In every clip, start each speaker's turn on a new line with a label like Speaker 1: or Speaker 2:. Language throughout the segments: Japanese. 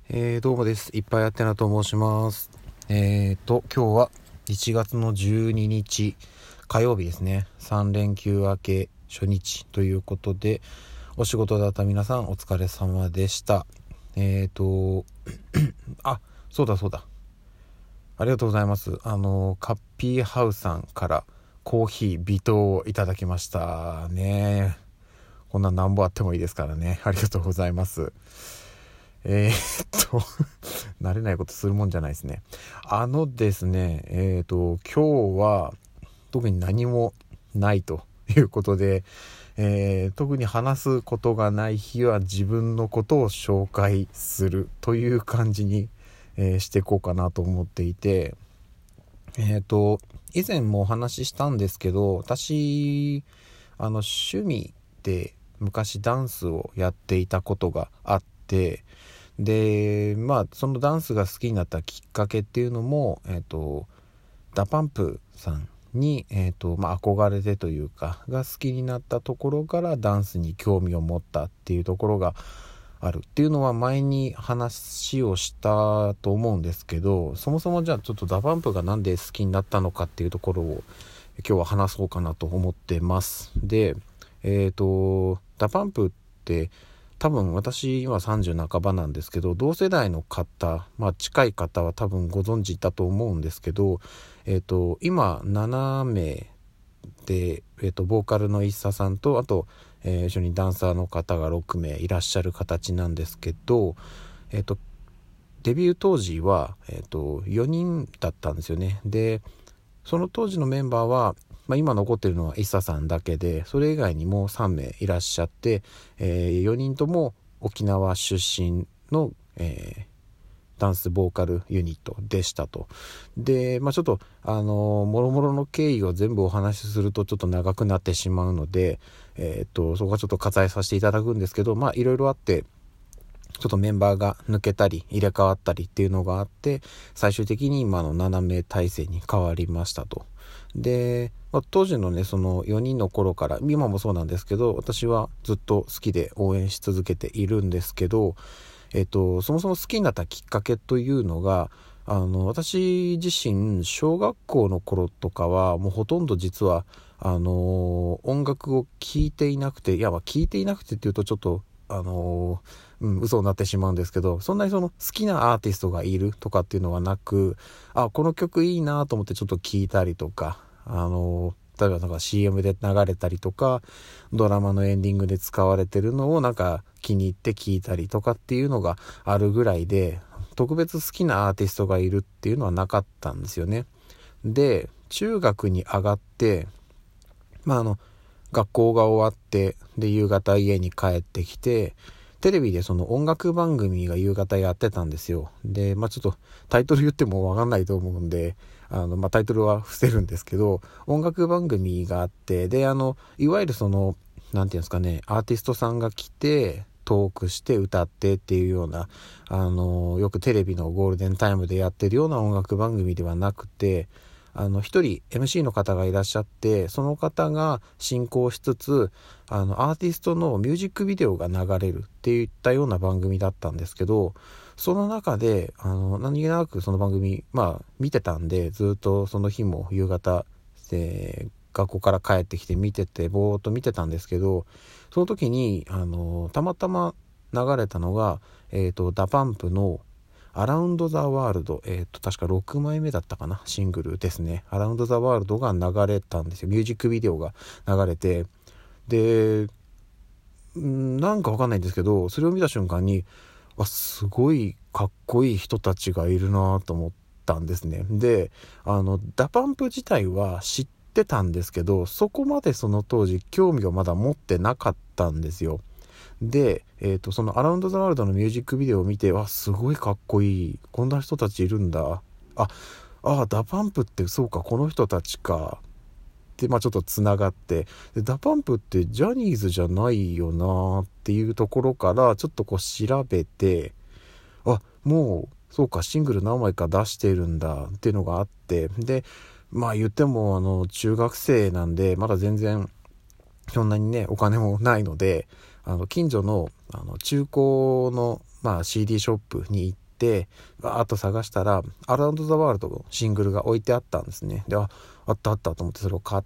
Speaker 1: どうもです。いっぱいあってなと申します。今日は1月の12日火曜日ですね。3連休明け初日ということで、お仕事だった皆さんお疲れ様でした。あ、そうだ。ありがとうございます。カッピーハウさんからコーヒー微糖をいただきましたね。こんな何本あってもいいですからね。ありがとうございます。慣れないことするもんじゃないですね。ですね、今日は特に何もないということで、特に話すことがない日は自分のことを紹介するという感じに、していこうかなと思っていて、以前もお話ししたんですけど、私、趣味で昔ダンスをやっていたことがあって、でそのダンスが好きになったきっかけっていうのも、ダパンプさんに、憧れてというかが好きになったところからダンスに興味を持ったっていうところがあるっていうのは前に話をしたと思うんですけど、そもそもじゃあちょっとダパンプがなんで好きになったのかっていうところを今日は話そうかなと思ってます。で、ダパンプって多分私今30半ばなんですけど、同世代の方、近い方は多分ご存知だと思うんですけど、今7名で、ボーカルの一佐さんとあと、一緒にダンサーの方が6名いらっしゃる形なんですけど、デビュー当時は、4人だったんですよね。でその当時のメンバーは、今残っているのは一佐さんだけで、それ以外にも3名いらっしゃって、4人とも沖縄出身の、ダンスボーカルユニットでしたと。で、ちょっともろもろの経緯を全部お話しするとちょっと長くなってしまうので、そこはちょっと割愛させていただくんですけど、いろいろあってちょっとメンバーが抜けたり入れ替わったりっていうのがあって、最終的に今の7名体制に変わりましたと。で、当時のねその4人の頃から今もそうなんですけど、私はずっと好きで応援し続けているんですけど、そもそも好きになったきっかけというのが、私自身小学校の頃とかはもうほとんど実は音楽を聴いていなくて、聴いていなくてっていうとちょっと嘘になってしまうんですけど、そんなにその好きなアーティストがいるとかっていうのはなく、この曲いいなと思ってちょっと聴いたりとか、例えばなんか CM で流れたりとかドラマのエンディングで使われてるのをなんか気に入って聴いたりとかっていうのがあるぐらいで、特別好きなアーティストがいるっていうのはなかったんですよね。で中学に上がって学校が終わってで夕方家に帰ってきて、テレビでその音楽番組が夕方やってたんですよ。でちょっとタイトル言っても分かんないと思うんでタイトルは伏せるんですけど、音楽番組があって、でいわゆるそのなんていうんですかね、アーティストさんが来てトークして歌ってっていうようなよくテレビのゴールデンタイムでやってるような音楽番組ではなくて、一人 MC の方がいらっしゃって、その方が進行しつつアーティストのミュージックビデオが流れるっていったような番組だったんですけど、その中で何気なくその番組見てたんで、ずっとその日も夕方、学校から帰ってきて見ててぼーっと見てたんですけど、その時にたまたま流れたのがダパンプのアラウンドザワールド、確か6枚目だったかな、シングルですね。アラウンドザワールドが流れたんですよ。ミュージックビデオが流れて、でなんかわかんないんですけど、それを見た瞬間にすごいかっこいい人たちがいるなと思ったんですね。でダパンプ自体は知ってたんですけど、そこまでその当時興味をまだ持ってなかったんですよ。で、そのアラウンドザワールドのミュージックビデオを見て、すごいかっこいい、こんな人たちいるんだ、ダパンプってそうか、この人たちかってちょっとつながって、でダパンプってジャニーズじゃないよなっていうところからちょっとこう調べて、もうそうか、シングル何枚か出してるんだっていうのがあって、で言っても中学生なんでまだ全然そんなにねお金もないので、近所の中古の、 CD ショップに行ってわーっと探したらアラウンドザワールドのシングルが置いてあったんですね。であったと思ってそれを買って、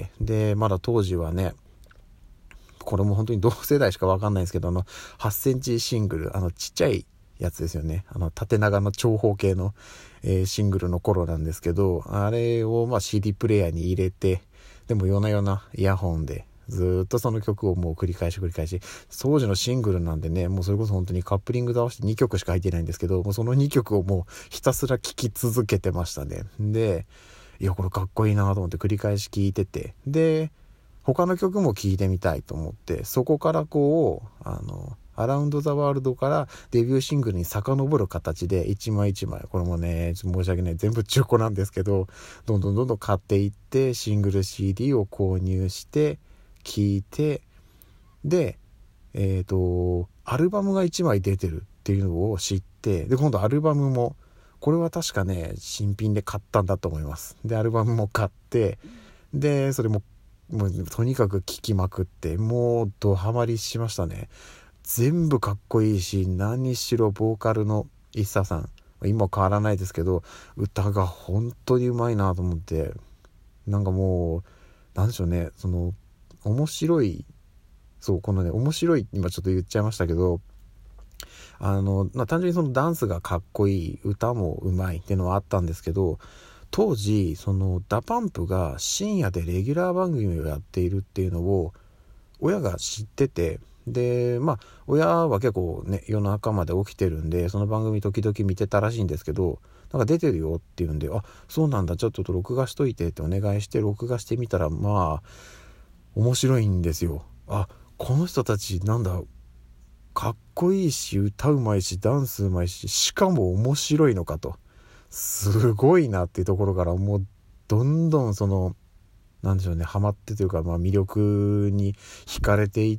Speaker 1: でまだ当時はね、これも本当に同世代しか分かんないんですけど、8センチシングル、ちっちゃいやつですよね。縦長の長方形の、シングルの頃なんですけど、あれをCD プレイヤーに入れて、でも夜な夜なイヤホンでずっとその曲をもう繰り返し、当時のシングルなんでね、もうそれこそ本当にカップリングで合わせて2曲しか入っていないんですけど、もうその2曲をもうひたすら聴き続けてましたね。で、いやこれかっこいいなと思って繰り返し聴いてて、で他の曲も聴いてみたいと思って、そこからアラウンドザワールドからデビューシングルに遡る形で一枚一枚、これもね申し訳ない、全部中古なんですけど、どんどん買っていってシングル CD を購入して聴いて、でアルバムが1枚出てるっていうのを知って、で今度アルバムもこれは確かね新品で買ったんだと思います。でアルバムも買って、でそれもうとにかく聴きまくって、もうドハマりしましたね。全部かっこいいし、何しろボーカルのＩＳＳＡさん、今変わらないですけど歌が本当にうまいなと思って、なんかもうなんでしょうね、その面白い、このね面白い今ちょっと言っちゃいましたけど、単純にそのダンスがかっこいい、歌もうまいっていうのはあったんですけど、当時そのダパンプが深夜でレギュラー番組をやっているっていうのを親が知ってて、で親は結構ね夜中まで起きてるんでその番組時々見てたらしいんですけど、なんか出てるよって言うんで、あそうなんだ、ちょっと録画しといてってお願いして録画してみたら、面白いんですよ。この人たちなんだ、かっこいいし歌うまいしダンスうまいし、しかも面白いのかと、すごいなっていうところからもうどんどんそのなんでしょうね、ハマってというか、魅力に惹かれていって、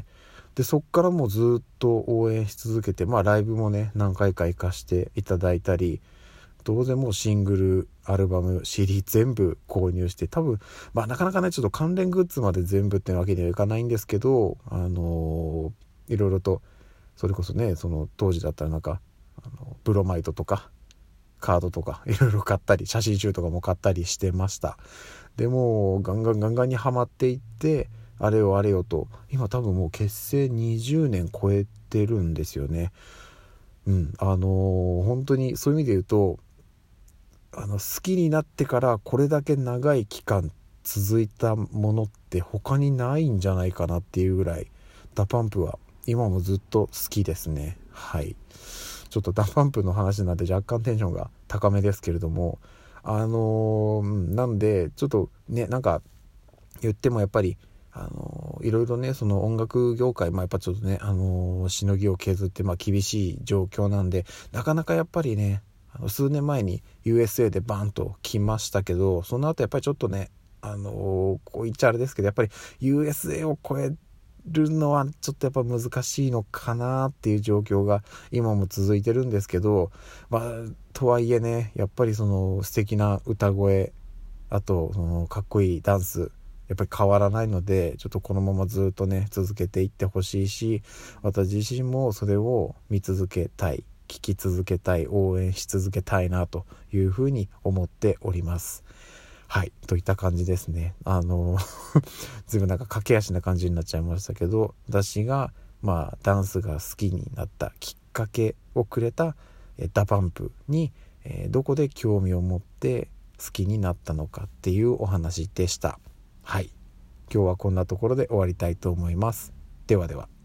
Speaker 1: でそっからもうずっと応援し続けて、ライブもね何回か行かしていただいたり、当然もうシングルアルバム CD 全部購入して、多分なかなかねちょっと関連グッズまで全部ってわけにはいかないんですけど、いろいろとそれこそね、その当時だったらなんかブロマイドとかカードとかいろいろ買ったり、写真集とかも買ったりしてました。でもガンガンにはまっていって、あれよと今多分もう結成20年超えてるんですよね。本当にそういう意味で言うと好きになってからこれだけ長い期間続いたものって他にないんじゃないかなっていうぐらい、ダパンプは今もずっと好きですね。はい、ちょっとダパンプの話なんで若干テンションが高めですけれども、なんでちょっとね、なんか言ってもやっぱりいろいろね、その音楽業界、やっぱちょっとね、しのぎを削って厳しい状況なんで、なかなかやっぱりね、数年前に USA でバーンと来ましたけど、その後やっぱりちょっとね、こう言っちゃあれですけど、やっぱり USA を超えるのはちょっとやっぱ難しいのかなっていう状況が今も続いてるんですけど、とはいえね、やっぱりその素敵な歌声、あとそのかっこいいダンス、やっぱり変わらないので、ちょっとこのままずっとね続けていってほしいし、私自身もそれを見続けたい、聞き続けたい、応援し続けたいなというふうに思っております。はい、といった感じですね。ずいぶんなんか駆け足な感じになっちゃいましたけど、私がダンスが好きになったきっかけをくれたダパンプに、どこで興味を持って好きになったのかっていうお話でした。はい、今日はこんなところで終わりたいと思います。ではでは。